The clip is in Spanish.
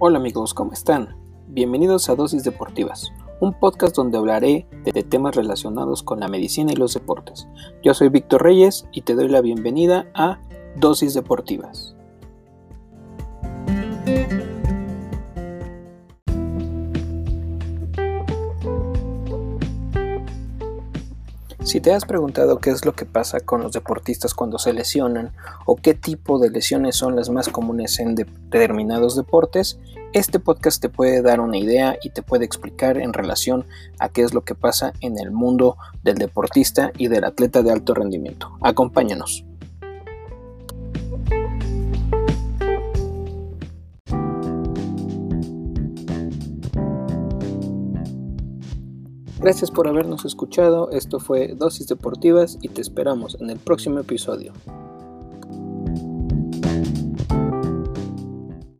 Hola amigos, ¿cómo están? Bienvenidos a Dosis Deportivas, un podcast donde hablaré de temas relacionados con la medicina y los deportes. Yo soy Víctor Reyes y te doy la bienvenida a Dosis Deportivas. Si te has preguntado qué es lo que pasa con los deportistas cuando se lesionan o qué tipo de lesiones son las más comunes en determinados deportes, este podcast te puede dar una idea y te puede explicar en relación a qué es lo que pasa en el mundo del deportista y del atleta de alto rendimiento. Acompáñanos. Gracias por habernos escuchado, esto fue Dosis Deportivas y te esperamos en el próximo episodio.